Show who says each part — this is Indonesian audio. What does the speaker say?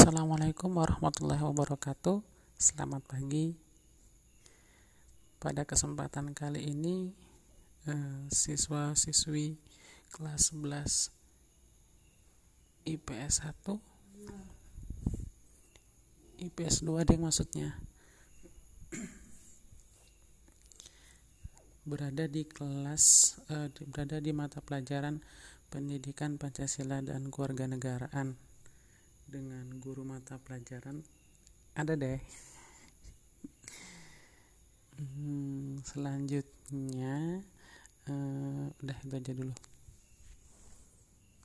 Speaker 1: Assalamualaikum warahmatullahi wabarakatuh. Selamat pagi. Pada kesempatan kali ini siswa-siswi kelas 11 IPS 1 IPS 2 deh maksudnya, berada di mata pelajaran Pendidikan Pancasila dan Kewarganegaraan dengan guru mata pelajaran ada deh. Selanjutnya udah itu aja dulu.